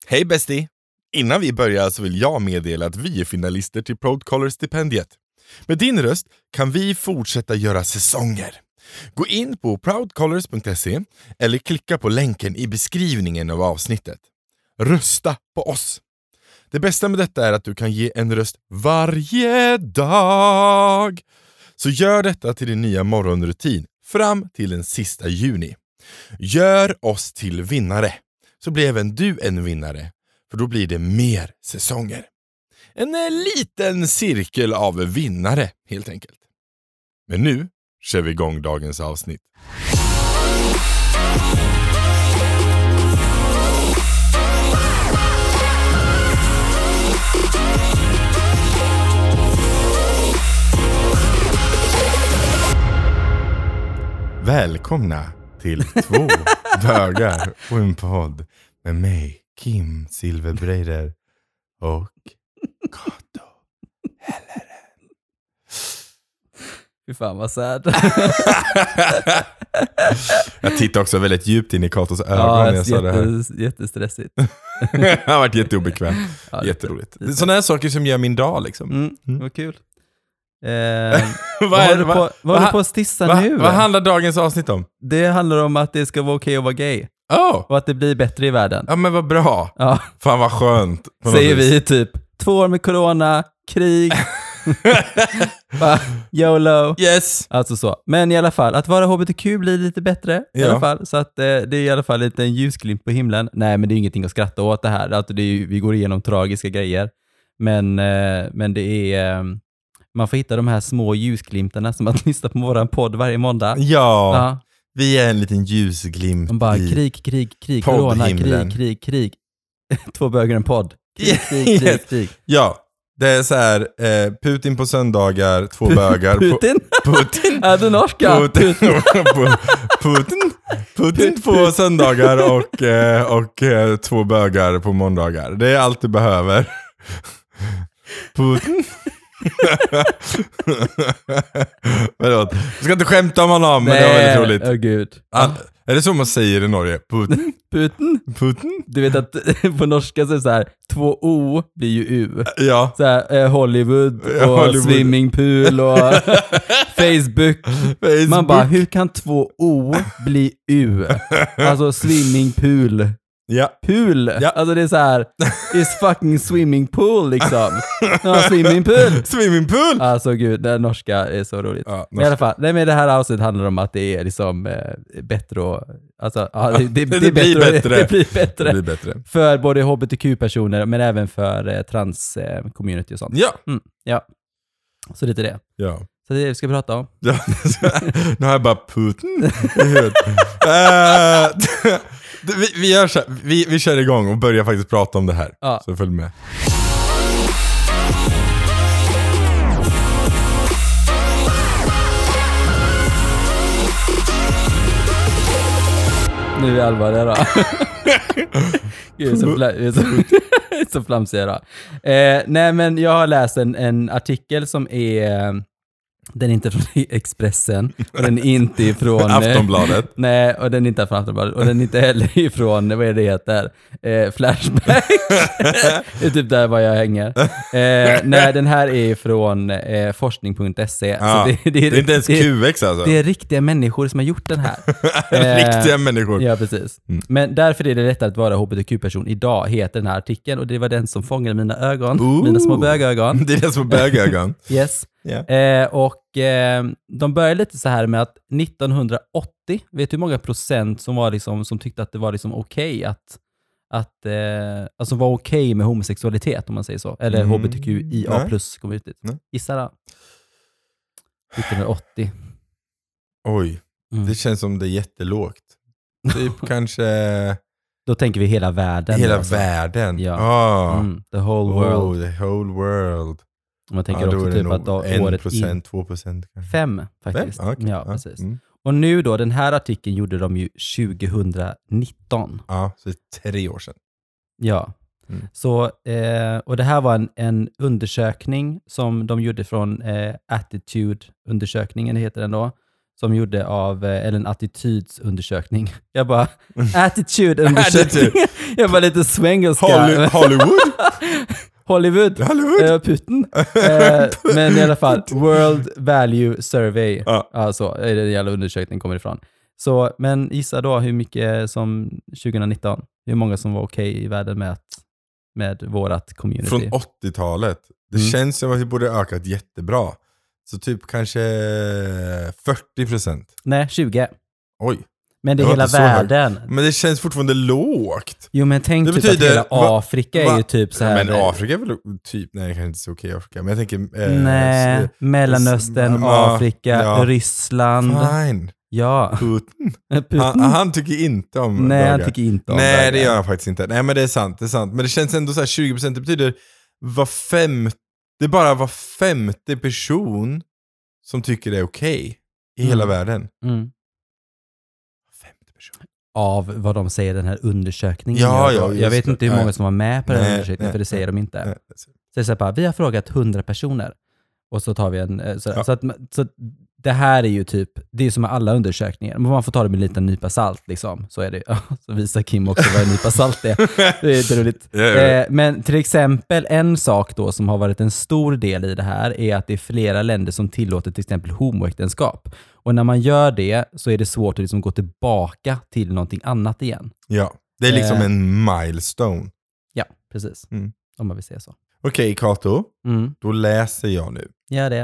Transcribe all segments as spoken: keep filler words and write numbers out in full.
Hej bestie! Innan vi börjar så vill jag meddela att vi är finalister till Proudcaller-stipendiet. Med din röst kan vi fortsätta göra säsonger. Gå in på proudcallers punkt se eller klicka på länken i beskrivningen av avsnittet. Rösta på oss! Det bästa med detta är att du kan ge en röst varje dag. Så gör detta till din nya morgonrutin fram till den sista juni. Gör oss till vinnare, så blir även du en vinnare. För då blir det mer säsonger. En liten cirkel av vinnare helt enkelt. Men nu kör vi igång dagens avsnitt. Välkomna till två bögar och en podd med mig, Kim Silverbreider och Kato Helleren. Fy fan vad sad. Jag tittar också väldigt djupt in i Katos ögon ja, när jag sa jätte, det här. Jättestressigt. Det har varit jätteobekvämt. Ja, Jätteroligt. Det är sådana här saker som gör min dag liksom. Mm, Mm. vad kul. Eh, vad Vad är- håller du på, vad- vad håller vad- på att stissa Va, nu? vad handlar dagens avsnitt om? Det handlar om att det ska vara okej att vara gay. Oh, Och att det blir bättre i världen. ja men vad bra. Ja, Fan vad skönt. på något säger vis. vi typ. Två år med corona, krig, va? YOLO. Yes. Alltså så. Men i alla fall, att vara H B T Q blir lite bättre i Ja. alla fall. Så att eh, det är i alla fall lite en ljusglimt på himlen. Nej, men det är ingenting att skratta åt det här. Alltså, det är ju, vi går igenom tragiska grejer. Men, eh, men det är... Eh, man får hitta de här små ljusglimtarna som att lyssna på våran podd varje måndag. Ja, Ja. vi är en liten ljusglimt De bara i... krig, krig, krig, corona, poddhimlen. krig, krig, krig. Två böger en podd. Krig, krig, krig, Yes. krig. Ja, det är så här, eh, Putin på söndagar, två bögar. Putin? På, Putin? Ja, du norska. Putin, Putin, Putin, Putin på söndagar och, eh, och eh, två bögar på måndagar. Det är allt du behöver. Putin. Förlåt. Jag ska inte skämta om honom, men det var väldigt roligt. Åh gud. Ah, är det så man säger i Norge? Putin? Putin? Putin? Du vet att på norska så är det så här, två O blir ju U. Ja. Så här, eh, Hollywood och Ja, Hollywood. swimmingpool och Facebook. Facebook. Man bara, hur kan två O bli U? Alltså swimmingpool. Ja. Pool. Ja. Alltså det är så här, is fucking swimming pool liksom. Ja, swimmingpool. Swimmingpool! Alltså gud, det norska är så roligt. Ja, Men i alla fall, nej, men det här avsnittet handlar om att det är liksom eh, bättre och, alltså, ja, det, det, Det det, är blir bättre, bättre. det blir bättre. Det blir bättre. För både H B T Q-personer men även för eh, trans-community och sånt. Ja. Mm, ja. Så lite det. Ja. Så det är det vi ska prata om. Ja. Nu har jag bara Putin i huvudet. uh, vi, vi, gör så här, vi, vi kör igång och börjar faktiskt prata om det här. Ja. Så följ med. Nu är vi allvarliga då. Gud, så, fla- så, så flamsiga då. Eh, nej men jag har läst en, en artikel som är, den är inte från Expressen och den är inte ifrån Aftonbladet. Nej, och den är inte från Aftonbladet och den är inte heller ifrån, vad är det heter, eh, Flashback. Det är typ där var jag hänger. Eh, nej, den här är från eh, forskning punkt se. Ja. Så det, det, Det är inte ens det, Q X alltså. det är riktiga människor som har gjort den här. Riktiga människor. Ja, precis. Mm. Men därför är det lättare att vara H B T Q-person idag, heter den här artikeln. Och det var den som fångade mina ögon. Ooh. Mina små bögögon. Det är det som är bögögon. Yes. Ja. Eh, och eh, de började lite så här med att nittonhundraåttio, vet du hur många procent som var liksom, som tyckte att det var liksom okej att, att eh, alltså var okej med homosexualitet, om man säger så. Eller Mm. H B T Q I A Nej. plus community. Nej. Gissa då. nittonhundraåttio. Oj, Mm. det känns som det är jättelågt. Typ kanske Då tänker vi hela världen. hela alltså. världen. Ja. Ah. Mm, the whole world. Oh, the whole world. Om man tänker Ja, då också är det typ nog att då, en året procent, in. två procent kanske. Fem faktiskt. Fem? Ah, okej. Ja, Ja. precis. Mm. Och nu då, den här artikeln gjorde de ju tjugonitton. Ja, så det är tre år sedan. Ja. Mm. Så, eh, och det här var en, en undersökning som de gjorde från eh, Attitude-undersökningen, heter den då. som gjorde av, eller en attitydsundersökning. Jag bara, attitude-undersökning. Jag var lite svengelska. Holly- Hollywood? Hollywood. Hollywood? Uh, Putin. uh, men i alla fall, World Value Survey. Ja. Alltså, är det jävla undersökningen kommer ifrån. Så, men gissa då hur mycket som tjugonitton, hur många som var okej okay i världen med, att, med vårat community. Från åttiotalet. Det Mm. känns som att vi borde ha ökat jättebra. Så typ kanske fyrtio procent. Nej, tjugo. Oj. Men det är Det var hela inte så högt. världen. Men det känns fortfarande lågt. Jo, men tänk Det typ betyder- att hela va- Afrika va- är ju typ så här. Men Afrika är väl typ, nej det kanske inte är så okej i Afrika. Men jag tänker... Eh, Nej, så- Mellanöstern, Ja, Afrika, ja. Ryssland. Fine. Ja. Putin. Putin. Han, han tycker inte om Nej, han bögar. tycker inte om Nej, bögar. det gör han faktiskt inte. Nej, men det är sant, det är sant. Men det känns ändå så här tjugo procent. Det betyder var femte, det är bara var femte person som tycker det är okej i hela Mm. världen. Mm. femte person. Av vad de säger i den här undersökningen. Ja, jag, ja, just jag vet det. inte hur många Nej. som var med på den här Nej, undersökningen, nej, för det säger nej, de inte. Nej, Så det är så här bara, vi har frågat hundra personer. Och så tar vi en... eh, Så, Ja. så, att, så att det här är ju typ, det är ju som med alla undersökningar. Men man får ta det med en liten nypa salt liksom. Så är det. Ja, så visar Kim också vad en nypa salt är. Det är inte roligt. Ja, ja. Eh, men till exempel en sak då som har varit en stor del i det här är att det är flera länder som tillåter till exempel homoäktenskap. Och när man gör det så är det svårt att liksom gå tillbaka till någonting annat igen. Ja, det är liksom Eh. en milestone. Ja, precis. Mm. Om man vill säga så. Okej, Kato. Mm. Då läser jag nu. Gör det.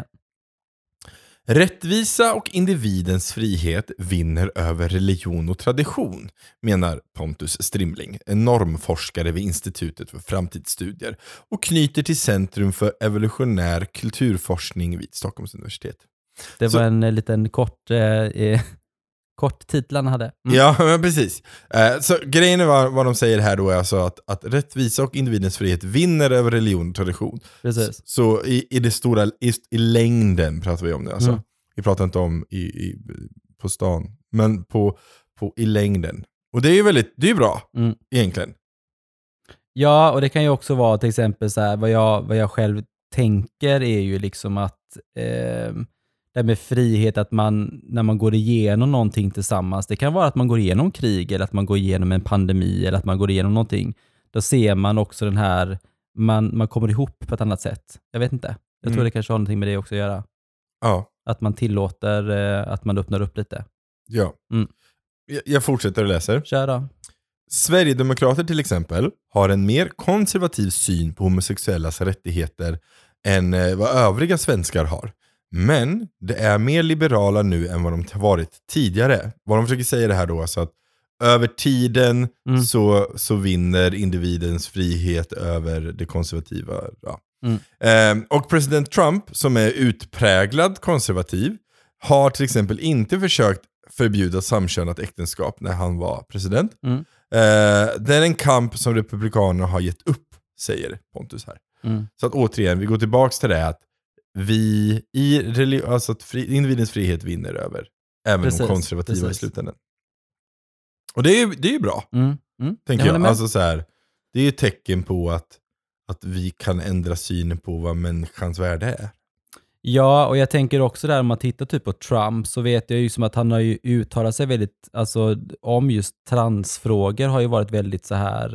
Rättvisa och individens frihet vinner över religion och tradition, menar Pontus Strimling, en normforskare vid Institutet för framtidsstudier och knyter till Centrum för evolutionär kulturforskning vid Stockholms universitet. Det Så- var en eh, liten kort, eh, eh, kort titel han hade. Mm. Ja, men precis. Eh, så grejen är vad, vad de säger här då är alltså att, att rättvisa och individens frihet vinner över religion och tradition. Precis. Så, så i, i det stora, i, i längden pratar vi om det. Alltså. Mm. Vi pratar inte om i, i, på stan, men på, på, i längden. Och det är ju väldigt, det är ju bra Mm. egentligen. Ja, och det kan ju också vara till exempel så här, vad jag, vad jag själv tänker är ju liksom att eh, det med frihet, att man när man går igenom någonting tillsammans, det kan vara att man går igenom krig eller att man går igenom en pandemi eller att man går igenom någonting. Då ser man också den här, man, man kommer ihop på ett annat sätt. Jag vet inte. Jag tror Mm. det kanske har någonting med det också att göra. Ja, Att man tillåter, eh, att man öppnar upp lite. ja. Mm. Jag, jag fortsätter och läser. Kör då. Sverigedemokrater till exempel har en mer konservativ syn på homosexuellas rättigheter än eh, vad övriga svenskar har. Men det är mer liberala nu än vad de har varit tidigare. Vad de försöker säga det här då, alltså att över tiden Mm. så, så vinner individens frihet över det konservativa. Ja. Mm. Eh, och president Trump, som är utpräglad konservativ, har till exempel inte försökt förbjuda samkönat äktenskap när han var president. Mm. Eh, det är en kamp som republikanerna har gett upp, säger Pontus här. Mm. Så att återigen, vi går tillbaks till det att vi i religi- alltså att fri- individens frihet vinner över även Precis, de konservativa precis. i slutändan. Och det är ju det är ju bra, Mm. Mm. tänker Jag jag. håller med. Alltså så här, det är ju ett tecken på att, att vi kan ändra synen på vad människans värde är. Ja, och jag tänker också där om man tittar typ på Trump, så vet jag ju som att han har ju uttalat sig väldigt, alltså om just transfrågor har ju varit väldigt så här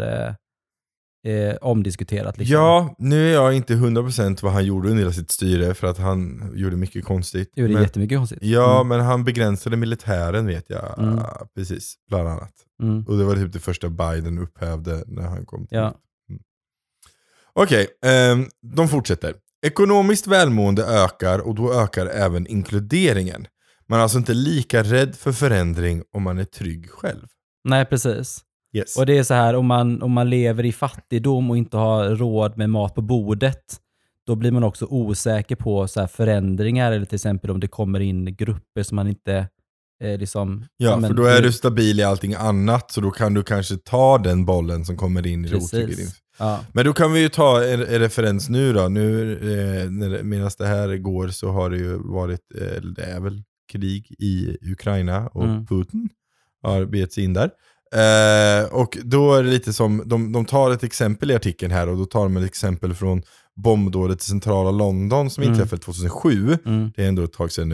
eh, eh, omdiskuterat. Liksom. Ja, nu är jag inte hundra procent vad han gjorde under hela sitt styre, för att han gjorde mycket konstigt. Det gjorde Men- jättemycket konstigt. Ja, Mm. men han begränsade militären, vet jag. Mm. Ah, precis, bland annat. Mm. Och det var typ det första Biden upphävde när han kom till. Ja. Mm. Okej, ehm, de fortsätter. Ekonomiskt välmående ökar och då ökar även inkluderingen. Man är alltså inte lika rädd för förändring om man är trygg själv. Nej, precis. Yes. Och det är så här, om man, om man lever i fattigdom och inte har råd med mat på bordet, då blir man också osäker på så här förändringar, eller till exempel om det kommer in grupper som man inte eh, liksom... Ja, men- för då är du stabil i allting annat, så då kan du kanske ta den bollen som kommer in i det Precis. otrygga. Ja. Men då kan vi ju ta en, en referens nu då. Nu, eh, när- medan det här går så har det ju varit, eh, det är väl krig i Ukraina och Mm. Putin har begett sig in där. Eh, och då är det lite som, de, de tar ett exempel i artikeln här, och då tar de ett exempel från bombdådet i centrala London som Mm. inträffade tjugohundrasju. Mm. Det är ändå ett tag sedan nu.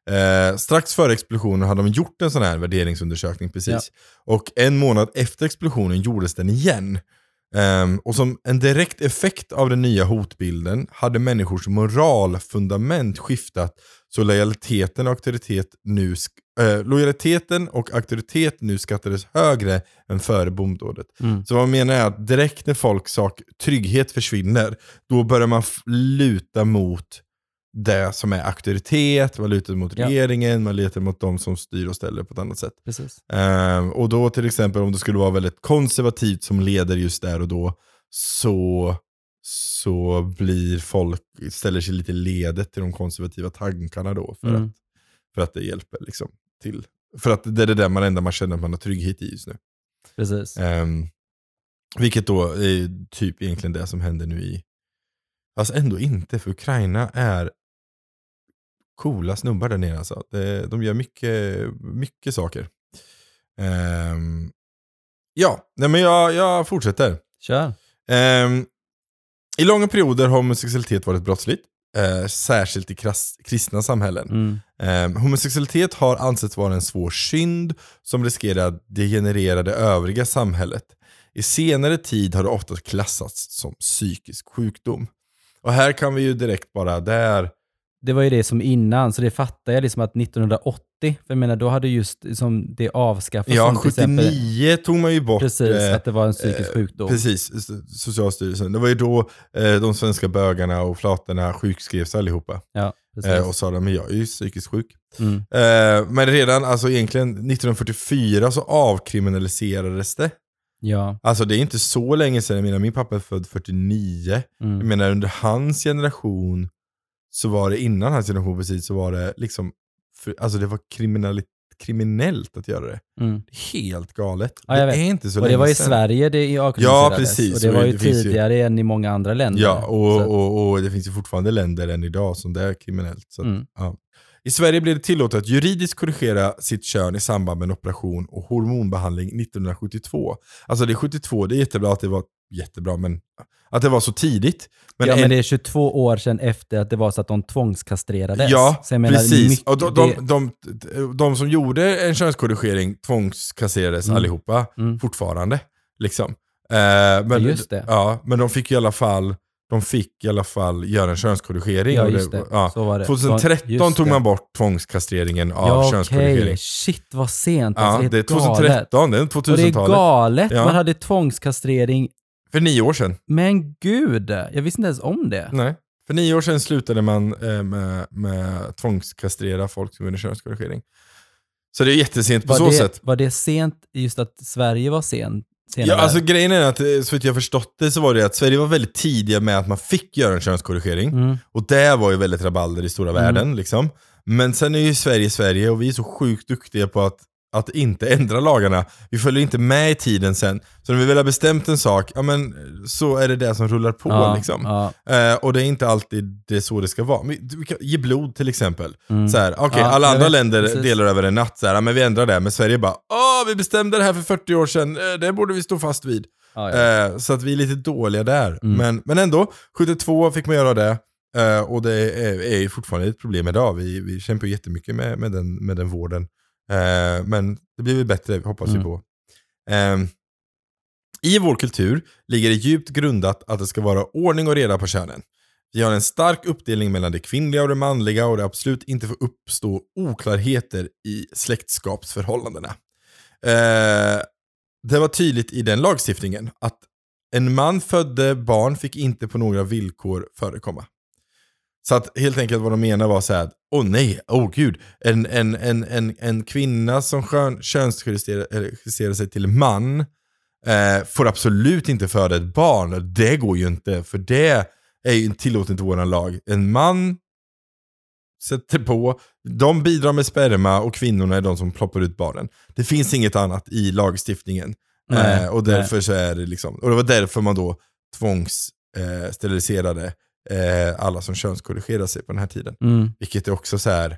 Eh, strax före explosionen hade de gjort en sån här värderingsundersökning precis. Ja. Och en månad efter explosionen gjordes den igen. Um, och som en direkt effekt av den nya hotbilden hade människors moralfundament skiftat, så lojaliteten och auktoritet nu sk- äh, lojaliteten och auktoritet nu skattades högre än före bombdådet. Mm. Så vad man menar är att direkt när folks sak trygghet försvinner, då börjar man f- luta mot det som är auktoritet, man lutar mot ja. regeringen, man lutar mot de som styr och ställer på ett annat sätt. Precis. Um, och då till exempel om det skulle vara väldigt konservativt som leder just där och då, så, så blir folk, ställer sig lite ledet till de konservativa tankarna då för, mm. att, för att det hjälper liksom till. För att det är det där man enda man känner att man har trygghet i just nu. Precis. Um, vilket då är typ egentligen det som händer nu i, alltså ändå inte, för Ukraina är coola snubbar där nere alltså. De, de gör mycket, mycket saker. Um, ja, nej men jag, jag fortsätter. Kör. Um, I långa perioder har homosexualitet varit brottsligt. Uh, särskilt i kras, kristna samhällen. Mm. Um, homosexualitet har ansetts vara en svår synd som riskerar att degenerera det övriga samhället. I senare tid har det ofta klassats som psykisk sjukdom. Och här kan vi ju direkt bara där... Det var ju det som innan, så det fattar jag liksom att nittonhundraåttio, för jag menar då hade just liksom det avskaffats. Ja, sjuttionio exempel, tog man ju bort. Precis, eh, att det var en psykisk eh, sjukdom. Precis, Socialstyrelsen. Det var ju då eh, de svenska bögarna och flatorna sjukskrevs allihopa. Ja, precis. Eh, och sa de, men jag är ju psykiskt sjuk. Mm. Eh, men redan, alltså egentligen nittonhundrafyrtiofyra så avkriminaliserades det. Ja. Alltså det är inte så länge sedan. Jag menar, min pappa är född fyrtionio. Mm. Jag menar, under hans generation så var det, innan hans generation precis, så var det liksom, för, alltså det var kriminellt, kriminellt att göra det. Mm. Helt galet. Ja, det är inte så och länge det var i sedan. Sverige det i Ja, precis. Och det var ju det tidigare ju... än i många andra länder. Ja, och, och, och, och det finns ju fortfarande länder än idag som det är kriminellt. Så att, mm. ja. I Sverige blev det tillåtet att juridiskt korrigera sitt kön i samband med en operation och hormonbehandling nittonhundrasjuttiotvå. Alltså det är sjuttiotvå, det är jättebra att det var jättebra, men att det var så tidigt. Men ja, en... men det är tjugotvå år sedan efter att det var så att de tvångskastrerades. Ja, så jag menar, precis. Mycket, och de, de, de, de, de som gjorde en könskorrigering tvångskasserades mm. allihopa mm. fortfarande. Liksom. Uh, men, ja, just det. Ja, men de fick i alla fall... De fick i alla fall göra en könskorrigering. Ja, just det. det ja. Så var det. tjugohundratretton tog man bort tvångskastreringen av ja, könskorrigering. Okay. Shit, vad sent. Ja, alltså, det är tjugotretton, det är tvåtusentalet. Och det är galet. Ja. Man hade tvångskastrering. För nio år sedan. Men gud, jag visste inte ens om det. Nej. För nio år sedan slutade man eh, med, med tvångskastrera folk som gjorde könskorrigering. Så det är jättesent på var så det, sätt. Var det sent just att Sverige var sent? Ja, alltså grejen är att så att jag förstått det så var det att Sverige var väldigt tidiga med att man fick göra en könskorrigering. Mm. Och det var ju väldigt rabalder i stora mm. världen liksom. Men sen är ju Sverige Sverige och vi är så sjukt duktiga på att, att inte ändra lagarna. Vi följer inte med i tiden sen. Så när vi väl har bestämt en sak, ja men så är det det som rullar på ja, liksom. Ja. Eh, och det är inte alltid det så det ska vara. Vi, vi kan ge blod till exempel. Mm. Så här, okej, okay, ja, alla andra vet, länder precis. delar över en natt så här, ja, men vi ändrar det. Men Sverige bara, åh, vi bestämde det här för fyrtio år sedan. Eh, det borde vi stå fast vid. Ja, ja. Eh, så att vi är lite dåliga där. Mm. Men, men ändå, sjuttiotvå fick man göra det. Uh, och det är, är ju fortfarande ett problem idag. Vi, vi kämpar jättemycket med, med, den, med den vården. Uh, men det blir väl bättre, hoppas mm. vi på. Uh, I vår kultur ligger det djupt grundat att det ska vara ordning och reda på könen. Vi har en stark uppdelning mellan det kvinnliga och det manliga och det absolut inte får uppstå oklarheter i släktskapsförhållandena. Uh, det var tydligt i den lagstiftningen att en man födde barn fick inte på några villkor förekomma. Så att helt enkelt vad de menar var så här: åh oh nej, åh oh gud, en, en, en, en, en kvinna som könsjusterar sig till man eh, får absolut inte föda ett barn. Det går ju inte, för det är ju tillåtet i våran lag. En man sätter på, de bidrar med sperma och kvinnorna är de som ploppar ut barnen. Det finns inget annat i lagstiftningen. Nej, eh, och därför nej. så är det liksom, och det var därför man då tvångssteriliserade eh, Eh, alla som könskorrigerar sig på den här tiden. Mm. Vilket är också så här.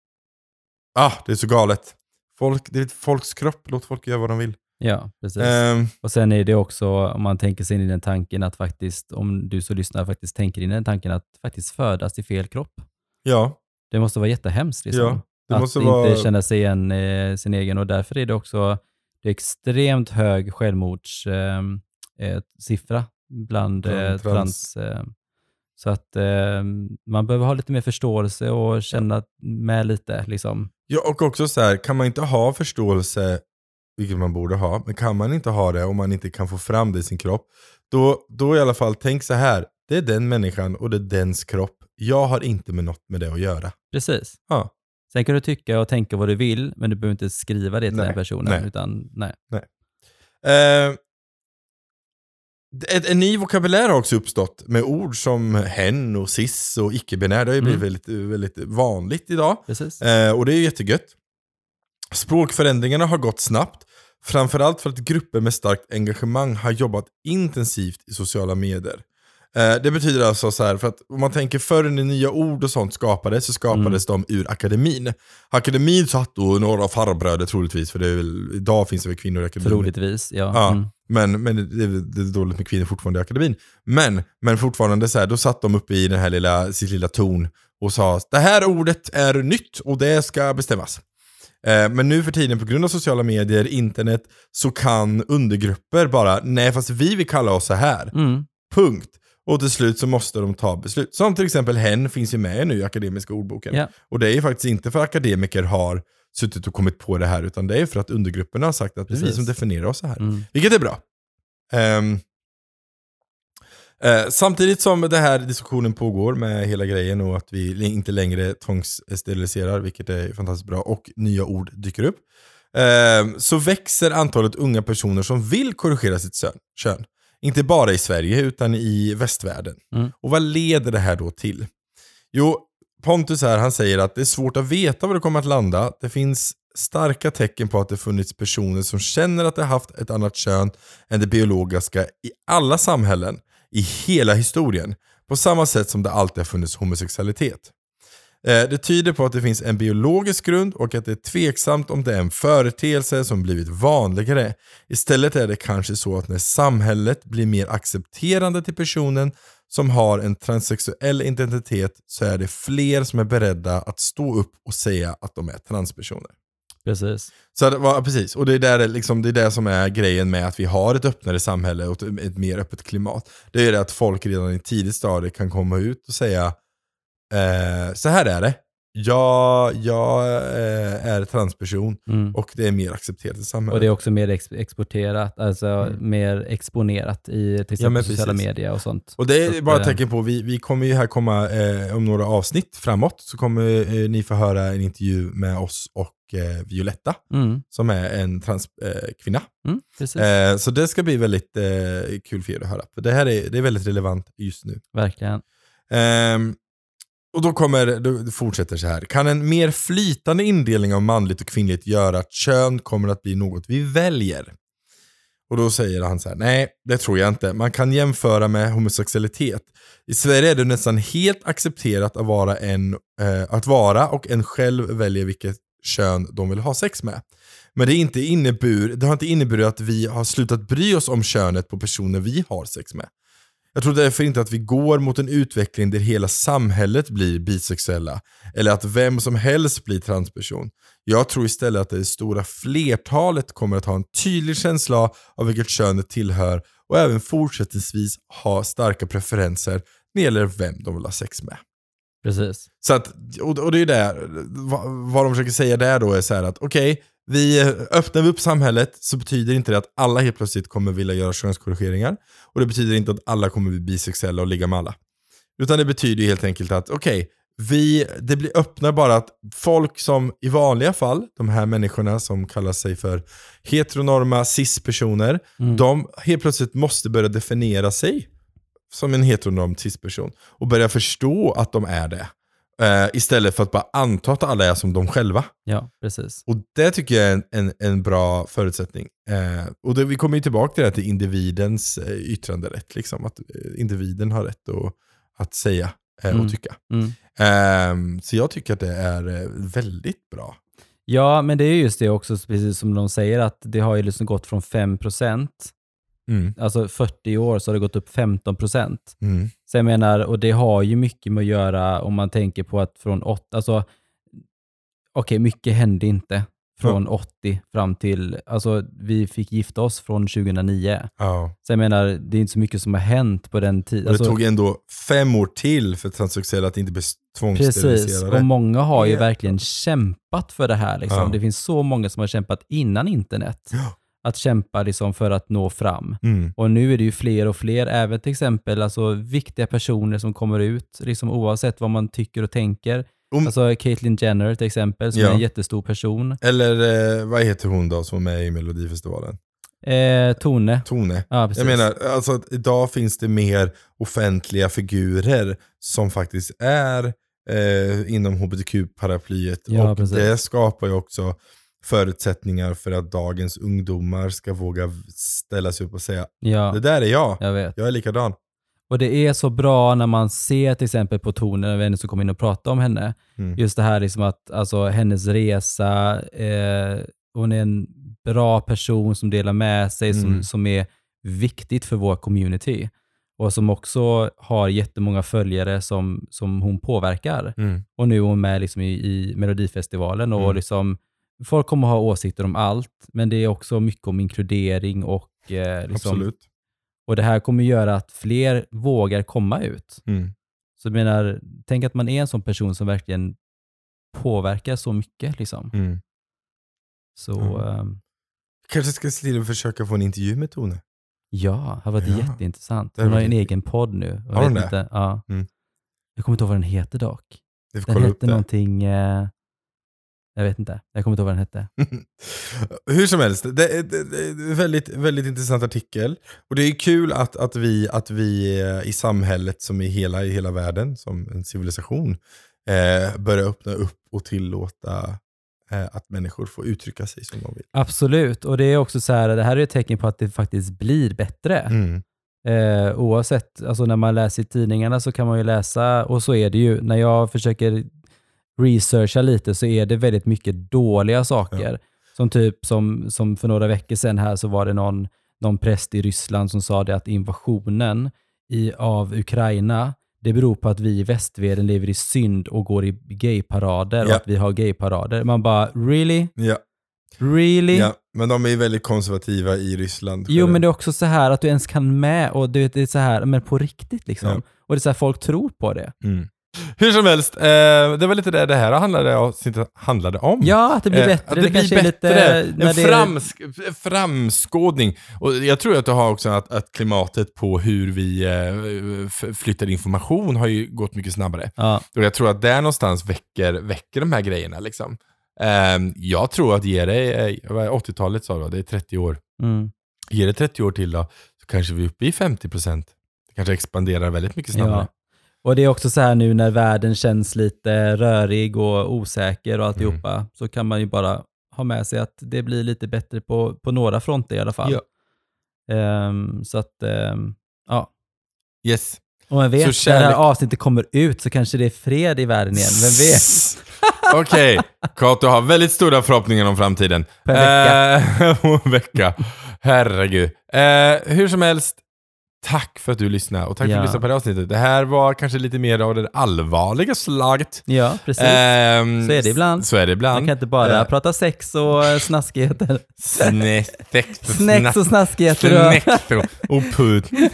Ah, det är så galet. Folk, det är folks kropp, låt folk göra vad de vill. Ja, precis. Um, och sen är det också, om man tänker sig in i den tanken att faktiskt, om du så lyssnar faktiskt tänker in i den tanken att faktiskt födas i fel kropp. Ja. Det måste vara jättehemskt liksom. Ja. Det att måste inte vara... känna sig igen eh, sin egen, och därför är det också det är extremt hög självmordssiffra eh, siffra bland Bland eh, trans. trans. Eh, så att eh, man behöver ha lite mer förståelse och känna med lite. Liksom. Ja, och också så här, kan man inte ha förståelse, vilket man borde ha, men kan man inte ha det om man inte kan få fram det i sin kropp, då, då i alla fall tänk så här, det är den människan och det är dens kropp. Jag har inte med något med det att göra. Precis. Ja. Sen kan du tycka och tänka vad du vill, men du behöver inte skriva det till Nej, den personen. nej. Utan, nej. nej. Eh, En, en ny vokabulär har också uppstått med ord som hen och cis och icke-binär. Det har ju blivit mm. väldigt, väldigt vanligt idag. Precis. Eh, och det är ju jättegött. Språkförändringarna har gått snabbt. Framförallt för att grupper med starkt engagemang har jobbat intensivt i sociala medier. Eh, det betyder alltså så här, för att om man tänker förr när nya ord och sånt skapades, så skapades mm. de ur akademin. Akademin satt då några farbröder troligtvis, för det är väl, idag finns det väl kvinnor i akademin. Troligtvis, ja. ja Mm. Men, men det, det är dåligt med kvinnor fortfarande i akademin. Men, men fortfarande så här, då satt de uppe i den här lilla, sitt lilla torn och sa det här ordet är nytt och det ska bestämmas. Eh, men nu för tiden på grund av sociala medier, internet, så kan undergrupper bara, nej fast vi vill kalla oss så här. Mm. Punkt. Och till slut så måste de ta beslut. Som till exempel hen finns ju med nu i akademiska ordboken. Yeah. Och det är ju faktiskt inte för att akademiker har suttit och kommit på det här, utan det är för att undergrupperna har sagt att det är vi som definierar oss så här. Mm. Vilket är bra. Um, uh, samtidigt som det här diskussionen pågår med hela grejen och att vi inte längre tvångssteriliserar, vilket är fantastiskt bra, och nya ord dyker upp, uh, så växer antalet unga personer som vill korrigera sitt sön, kön. Inte bara i Sverige utan i västvärlden. Mm. Och vad leder det här då till? Jo, Pontus här, han säger att det är svårt att veta var det kommer att landa. Det finns starka tecken på att det funnits personer som känner att de haft ett annat kön än det biologiska i alla samhällen i hela historien. På samma sätt som det alltid har funnits homosexualitet. Det tyder på att det finns en biologisk grund och att det är tveksamt om det är en företeelse som blivit vanligare. Istället är det kanske så att när samhället blir mer accepterande till personen som har en transsexuell identitet, så är det fler som är beredda att stå upp och säga att de är transpersoner. Precis. Så det var, precis. Och det är, där, liksom, det är det som är grejen med att vi har ett öppnare samhälle och ett, ett mer öppet klimat. Det är det att folk redan i tidigt stadie kan komma ut och säga Eh, så här är det. Jag, jag eh, är transperson mm. och det är mer accepterat i samhället. Och det är också mer ex- exporterat, alltså mm. mer exponerat i till exempel ja, sociala medier och sånt. Och det är så bara att, ett tecken på, vi, vi kommer ju här komma eh, om några avsnitt framåt, så kommer eh, ni få höra en intervju med oss och eh, Violetta mm. som är en transkvinna. Eh, mm, eh, så det ska bli väldigt eh, kul för er att höra. För det här är, det är väldigt relevant just nu. Verkligen. Eh, Och då kommer, det fortsätter så här. Kan en mer flytande indelning av manligt och kvinnligt göra att kön kommer att bli något vi väljer? Och då säger han så här: nej, det tror jag inte. Man kan jämföra med homosexualitet. I Sverige är det nästan helt accepterat att vara, en, eh, att vara och en själv väljer vilket kön de vill ha sex med. Men det, är inte innebur, det har inte inneburit att vi har slutat bry oss om könet på personer vi har sex med. Jag tror därför inte att vi går mot en utveckling där hela samhället blir bisexuella eller att vem som helst blir transperson. Jag tror istället att det stora flertalet kommer att ha en tydlig känsla av vilket kön det tillhör och även fortsättningsvis ha starka preferenser när det gäller vem de vill ha sex med. Precis. Så att, och det är där, vad de försöker säga där då är så här att okej, okay, vi öppnar vi upp samhället, så betyder inte det att alla helt plötsligt kommer vilja göra könskorrigeringar. Och det betyder inte att alla kommer bli bisexuella och ligga med alla. Utan det betyder ju helt enkelt att okej, okay, vi, det blir öppnar bara att folk som i vanliga fall, de här människorna som kallar sig för heteronorma cis-personer, mm. de helt plötsligt måste börja definiera sig som en heteronorm cis-person och börja förstå att de är det. Uh, istället för att bara anta att alla är som de själva. Ja, precis. Och det tycker jag är en, en, en bra förutsättning. Uh, och det, vi kommer ju tillbaka till det här till individens uh, yttranderätt. Liksom, att uh, individen har rätt att, att säga uh, mm. och tycka. Mm. Uh, så jag tycker att det är uh, väldigt bra. Ja, men det är just det också, precis som de säger, att det har ju liksom gått från fem procent. Mm. Alltså fyrtio år så har det gått upp femton procent. Mm. Så jag menar, och det har ju mycket med att göra om man tänker på att från åtta, alltså okay, mycket hände inte från mm. åttio fram till, alltså vi fick gifta oss från tjugohundranio. Ja. Så jag menar, det är inte så mycket som har hänt på den tiden. Och det alltså, tog ändå fem år till för transsexuella att inte bli tvångssteriliserade. Precis, och många har ju yeah. verkligen kämpat för det här. Liksom. Ja. Det finns så många som har kämpat innan internet. Ja. Att kämpa liksom för att nå fram. Mm. Och nu är det ju fler och fler, även till exempel alltså, viktiga personer som kommer ut, liksom, oavsett vad man tycker och tänker. Um, alltså Caitlyn Jenner till exempel, som ja. är en jättestor person. Eller eh, vad heter hon då som är med i Melodifestivalen? Eh, Tone. Tone. Ja, precis. Jag menar, alltså att idag finns det mer offentliga figurer som faktiskt är eh, inom H B T Q-paraplyet. Ja, och precis. Det skapar ju också förutsättningar för att dagens ungdomar ska våga ställa sig upp och säga ja. det där är jag. Jag vet. Jag är likadan. Och det är så bra när man ser till exempel på Tone, när vänner som kommer in och pratar om henne. Mm. Just det här liksom att alltså, hennes resa, eh, hon är en bra person som delar med sig, mm. som, som är viktigt för vår community. Och som också har jättemånga följare som, som hon påverkar. Mm. Och nu är hon med liksom i, i Melodifestivalen. Och mm. liksom, folk kommer ha åsikter om allt, men det är också mycket om inkludering och eh, liksom, absolut. Och det här kommer göra att fler vågar komma ut. Mm. Så jag menar, tänk att man är en sån person som verkligen påverkar så mycket. Liksom. Mm. Så... Mm. Um, kanske ska se till att försöka få en intervju med Tone. Ja, det har varit ja. jätteintressant. Hon har en egen podd nu. Jag har hon det? Inte, ja. Mm. Jag kommer inte ihåg vad den heter dock. Du får den kolla hette upp det. någonting... Uh, jag vet inte. Jag kommer inte ihåg vad den hette. Hur som helst, det är, det är en väldigt, väldigt intressant artikel. Och det är kul att, att, vi, att vi i samhället som i hela, i hela världen, som en civilisation, eh, börjar öppna upp och tillåta eh, att människor får uttrycka sig som de vill. Absolut, och det är också så här, det här är ett tecken på att det faktiskt blir bättre. Mm. Eh, oavsett, alltså när man läser i tidningarna så kan man ju läsa, och så är det ju, när jag försöker researcha lite så är det väldigt mycket dåliga saker. Ja. Som typ som, som för några veckor sedan här så var det någon, någon präst i Ryssland som sa det att invasionen i, av Ukraina, det beror på att vi i västvärlden lever i synd och går i gayparader ja. och att vi har gayparader. Man bara, really? Ja. Really? Ja, men de är ju väldigt konservativa i Ryssland. Jo, men det är också så här att du ens kan med, och du vet, det är så här, men på riktigt liksom. Ja. Och det är så här, folk tror på det. Mm. Hur som helst, eh, det var lite det det här handlade, handlade om. Ja, att det blir eh, bättre. Att det, det blir kanske bättre. Är lite, en när frams, det... framskådning. Och jag tror att det har också att, att klimatet på hur vi eh, flyttar information har ju gått mycket snabbare. Ja. Och jag tror att där någonstans väcker, väcker de här grejerna. Liksom. Eh, jag tror att ge det, eh, åttiotalet sa då, det är trettio år. Mm. Ge det trettio år till då, så kanske vi är uppe i femtio procent. Det kanske expanderar väldigt mycket snabbare. Ja. Och det är också så här nu när världen känns lite rörig och osäker och alltihopa, mm. så kan man ju bara ha med sig att det blir lite bättre på, på några fronter i alla fall. Ja. Um, så att, um, ja. Yes. Och man vet, så när kärlek... det här avsnittet kommer ut så kanske det är fred i världen igen. Vem vet? Okej, okay. Kato har väldigt stora förhoppningar om framtiden. Per vecka. Uh, vecka. Herregud. Uh, hur som helst, tack för att du lyssnade och tack ja. för att du lyssnade på det avsnittet. Det här var kanske lite mer av det allvarliga slaget. Ja, precis. Um, så är det ibland. Så är det ibland. Man kan inte bara uh, prata sex och snaskigheter. Snäck, Snäck och snaskigheter. Snäck och, och put. uh,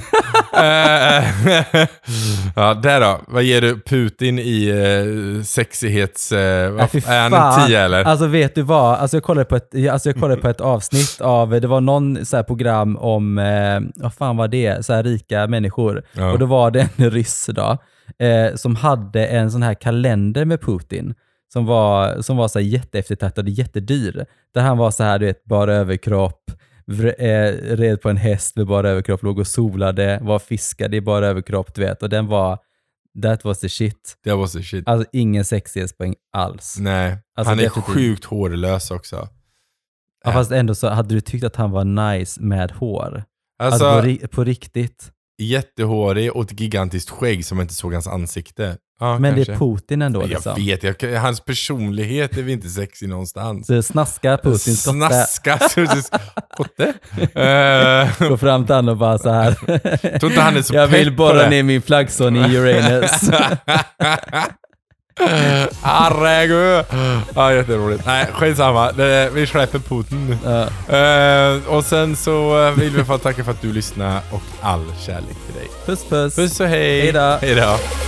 ja, där då. Vad ger du Putin i uh, sexighets... Uh, ja, är han en tio eller? Alltså vet du vad? Alltså jag kollade på ett, alltså jag kollade på ett avsnitt av... Det var någon så här program om... Uh, vad fan var det? Så här rika människor. Ja. Och då var det en ryss då, eh, som hade en sån här kalender med Putin som var, som var så här jätteeftertraktad och jättedyr. Där han var så här, du vet, bara överkropp, vr- eh, red på en häst med bara överkropp, låg och solade, var fiskade i bara överkropp, du vet. Och den var, that was the shit. That was the shit. Alltså ingen sexighetspoäng alls. Nej, alltså, han är sjukt hårlös också. Ja, fast ändå så hade du tyckt att han var nice med hår. Alltså, alltså på, på riktigt. Jättehårig och ett gigantiskt skägg som inte såg hans ansikte. Ja, men kanske. Det är Putin ändå. Jag liksom. vet, jag, hans personlighet är vi inte sexig någonstans. Så snaska Putins kotte. Snaska Putins kotte? Gå fram till han och bara så här. Tror inte han är så jag vill borra ner min flaggsån i Uranus. Herregud. Ja, jätteroligt. Nej, skitsamma. Det, vi släpper Putin nu. Ja. Uh, och sen så vill vi få tacka för att du lyssnar och all kärlek till dig. Puss puss. Puss och hej. Hej då. Hej då.